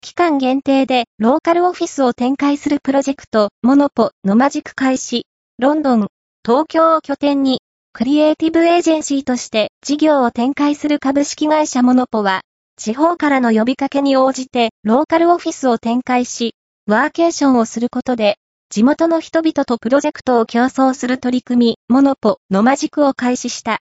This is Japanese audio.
期間限定でローカルオフィスを展開するプロジェクト、モノポのマジック開始、ロンドン、東京を拠点に、クリエイティブエージェンシーとして事業を展開する株式会社モノポは、地方からの呼びかけに応じてローカルオフィスを展開し、ワーケーションをすることで、地元の人々とプロジェクトを競争する取り組み、モノポのマジックを開始した。